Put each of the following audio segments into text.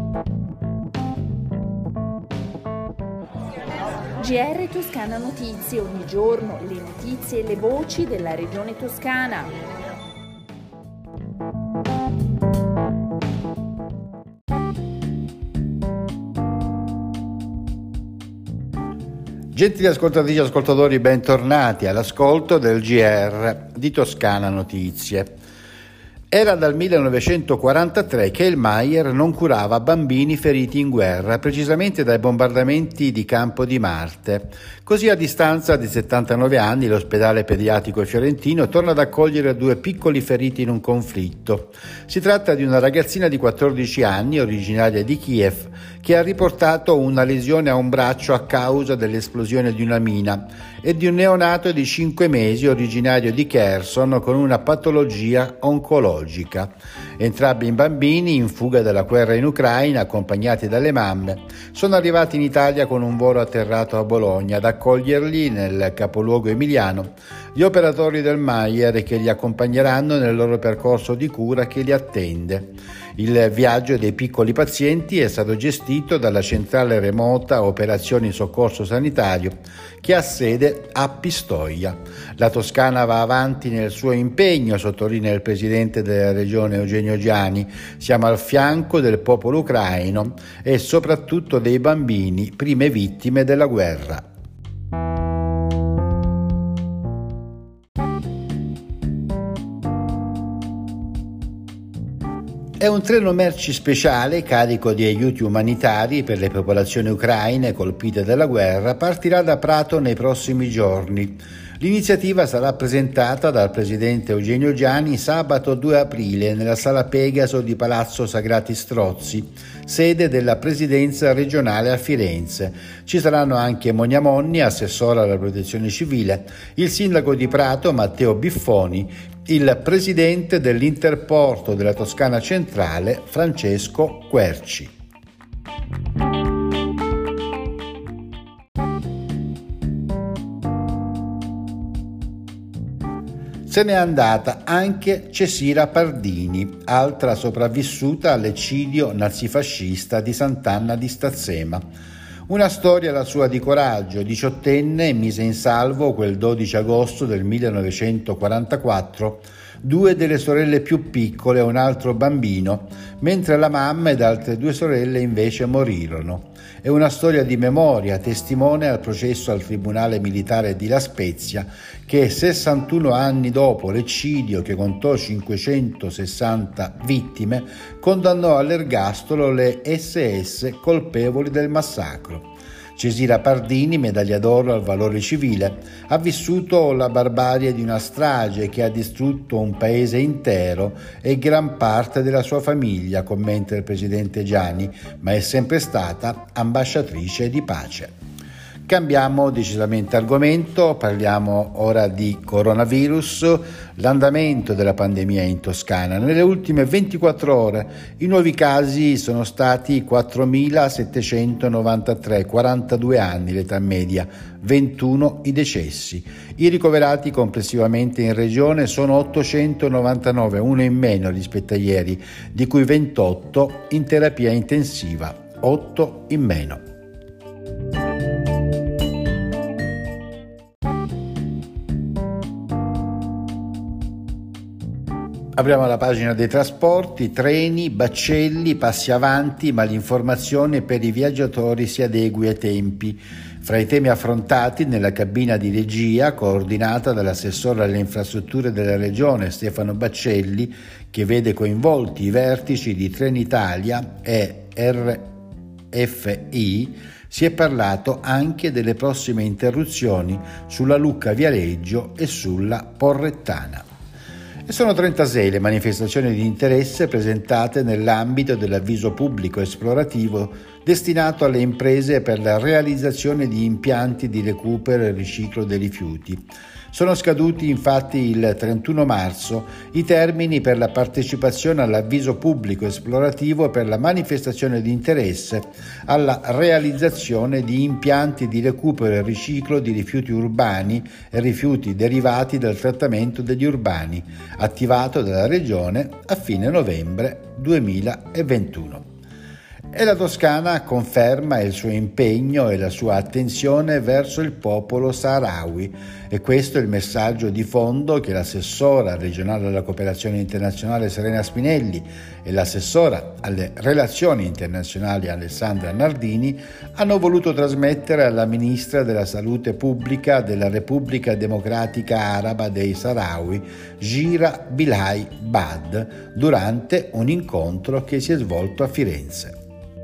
GR Toscana Notizie, ogni giorno le notizie e le voci della regione toscana. Gentili ascoltatrici e ascoltatori, bentornati all'ascolto del GR di Toscana Notizie. Era dal 1943 che il Maier non curava bambini feriti in guerra, precisamente dai bombardamenti di Campo di Marte. Così, a distanza di 79 anni, l'ospedale pediatrico fiorentino torna ad accogliere 2 piccoli feriti in un conflitto. Si tratta di una ragazzina di 14 anni, originaria di Kiev, che ha riportato una lesione a un braccio a causa dell'esplosione di una mina, e di un neonato di 5 mesi, originario di Kherson, con una patologia oncologica. Entrambi i bambini, in fuga dalla guerra in Ucraina, accompagnati dalle mamme, sono arrivati in Italia con un volo atterrato a Bologna. Ad accoglierli nel capoluogo emiliano gli operatori del Maier, che li accompagneranno nel loro percorso di cura che li attende. Il viaggio dei piccoli pazienti è stato gestito dalla centrale remota operazioni soccorso sanitario, che ha sede a Pistoia. La Toscana va avanti nel suo impegno, sottolinea il presidente della regione Eugenio Giani. Siamo al fianco del popolo ucraino e soprattutto dei bambini, prime vittime della guerra. È un treno merci speciale carico di aiuti umanitari per le popolazioni ucraine colpite dalla guerra. Partirà da Prato nei prossimi giorni. L'iniziativa sarà presentata dal presidente Eugenio Giani sabato 2 aprile nella sala Pegaso di Palazzo Sagrati Strozzi, sede della presidenza regionale a Firenze. Ci saranno anche Monia Monni, assessore alla protezione civile, il sindaco di Prato Matteo Biffoni, il presidente dell'Interporto della Toscana Centrale Francesco Querci. Se n'è andata anche Cesira Pardini, altra sopravvissuta all'eccidio nazifascista di Sant'Anna di Stazzema. Una storia la sua di coraggio. 18enne, mise in salvo quel 12 agosto del 1944 2 delle sorelle più piccole e un altro bambino, mentre la mamma ed altre 2 sorelle invece morirono. È una storia di memoria, testimone al processo al Tribunale Militare di La Spezia, che 61 anni dopo l'eccidio, che contò 560 vittime, condannò all'ergastolo le SS colpevoli del massacro. Cesira Pardini, medaglia d'oro al valore civile, ha vissuto la barbarie di una strage che ha distrutto un paese intero e gran parte della sua famiglia, commenta il presidente Giani, ma è sempre stata ambasciatrice di pace. Cambiamo decisamente argomento, parliamo ora di coronavirus, l'andamento della pandemia in Toscana. Nelle ultime 24 ore i nuovi casi sono stati 4.793, 42 anni l'età media, 21 i decessi. I ricoverati complessivamente in regione sono 899, uno in meno rispetto a ieri, di cui 28 in terapia intensiva, 8 in meno. Apriamo la pagina dei trasporti, treni, baccelli, passi avanti, ma l'informazione per i viaggiatori si adegui ai tempi. Fra i temi affrontati nella cabina di regia, coordinata dall'assessore alle infrastrutture della regione Stefano Baccelli, che vede coinvolti i vertici di Trenitalia e RFI, si è parlato anche delle prossime interruzioni sulla Lucca Viareggio e sulla Porrettana. E sono 36 le manifestazioni di interesse presentate nell'ambito dell'avviso pubblico esplorativo destinato alle imprese per la realizzazione di impianti di recupero e riciclo dei rifiuti. Sono scaduti infatti il 31 marzo i termini per la partecipazione all'avviso pubblico esplorativo per la manifestazione di interesse alla realizzazione di impianti di recupero e riciclo di rifiuti urbani e rifiuti derivati dal trattamento degli urbani, attivato dalla Regione a fine novembre 2021. E la Toscana conferma il suo impegno e la sua attenzione verso il popolo saharawi, e questo è il messaggio di fondo che l'assessora regionale alla cooperazione internazionale Serena Spinelli e l'assessora alle relazioni internazionali Alessandra Nardini hanno voluto trasmettere alla ministra della Salute Pubblica della Repubblica Democratica Araba dei Saharawi, Gira Bilhaj Bad, durante un incontro che si è svolto a Firenze.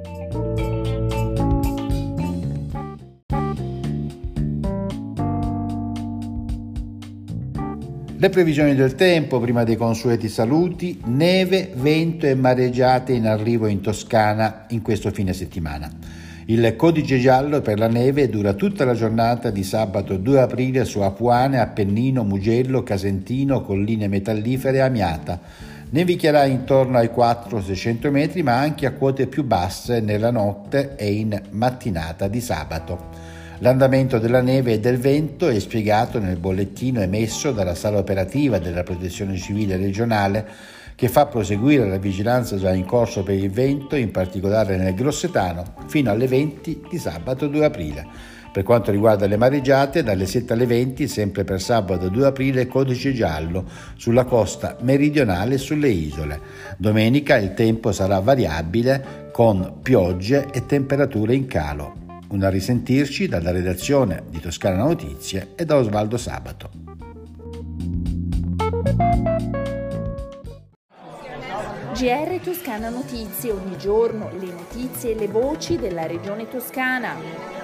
Le previsioni del tempo, prima dei consueti saluti: neve, vento e mareggiate in arrivo in Toscana in questo fine settimana. Il codice giallo per la neve dura tutta la giornata di sabato 2 aprile su Apuane, Appennino, Mugello, Casentino, Colline Metallifere e Amiata. Nevicherà intorno ai 400-600 metri, ma anche a quote più basse nella notte e in mattinata di sabato. L'andamento della neve e del vento è spiegato nel bollettino emesso dalla sala operativa della Protezione Civile regionale, che fa proseguire la vigilanza già in corso per il vento, in particolare nel Grossetano, fino alle 20 di sabato 2 aprile. Per quanto riguarda le mareggiate, dalle 7 alle 20, sempre per sabato 2 aprile, codice giallo sulla costa meridionale e sulle isole. Domenica il tempo sarà variabile, con piogge e temperature in calo. Un a risentirci dalla redazione di Toscana Notizie e da Osvaldo Sabato. GR Toscana Notizie, ogni giorno le notizie e le voci della regione toscana.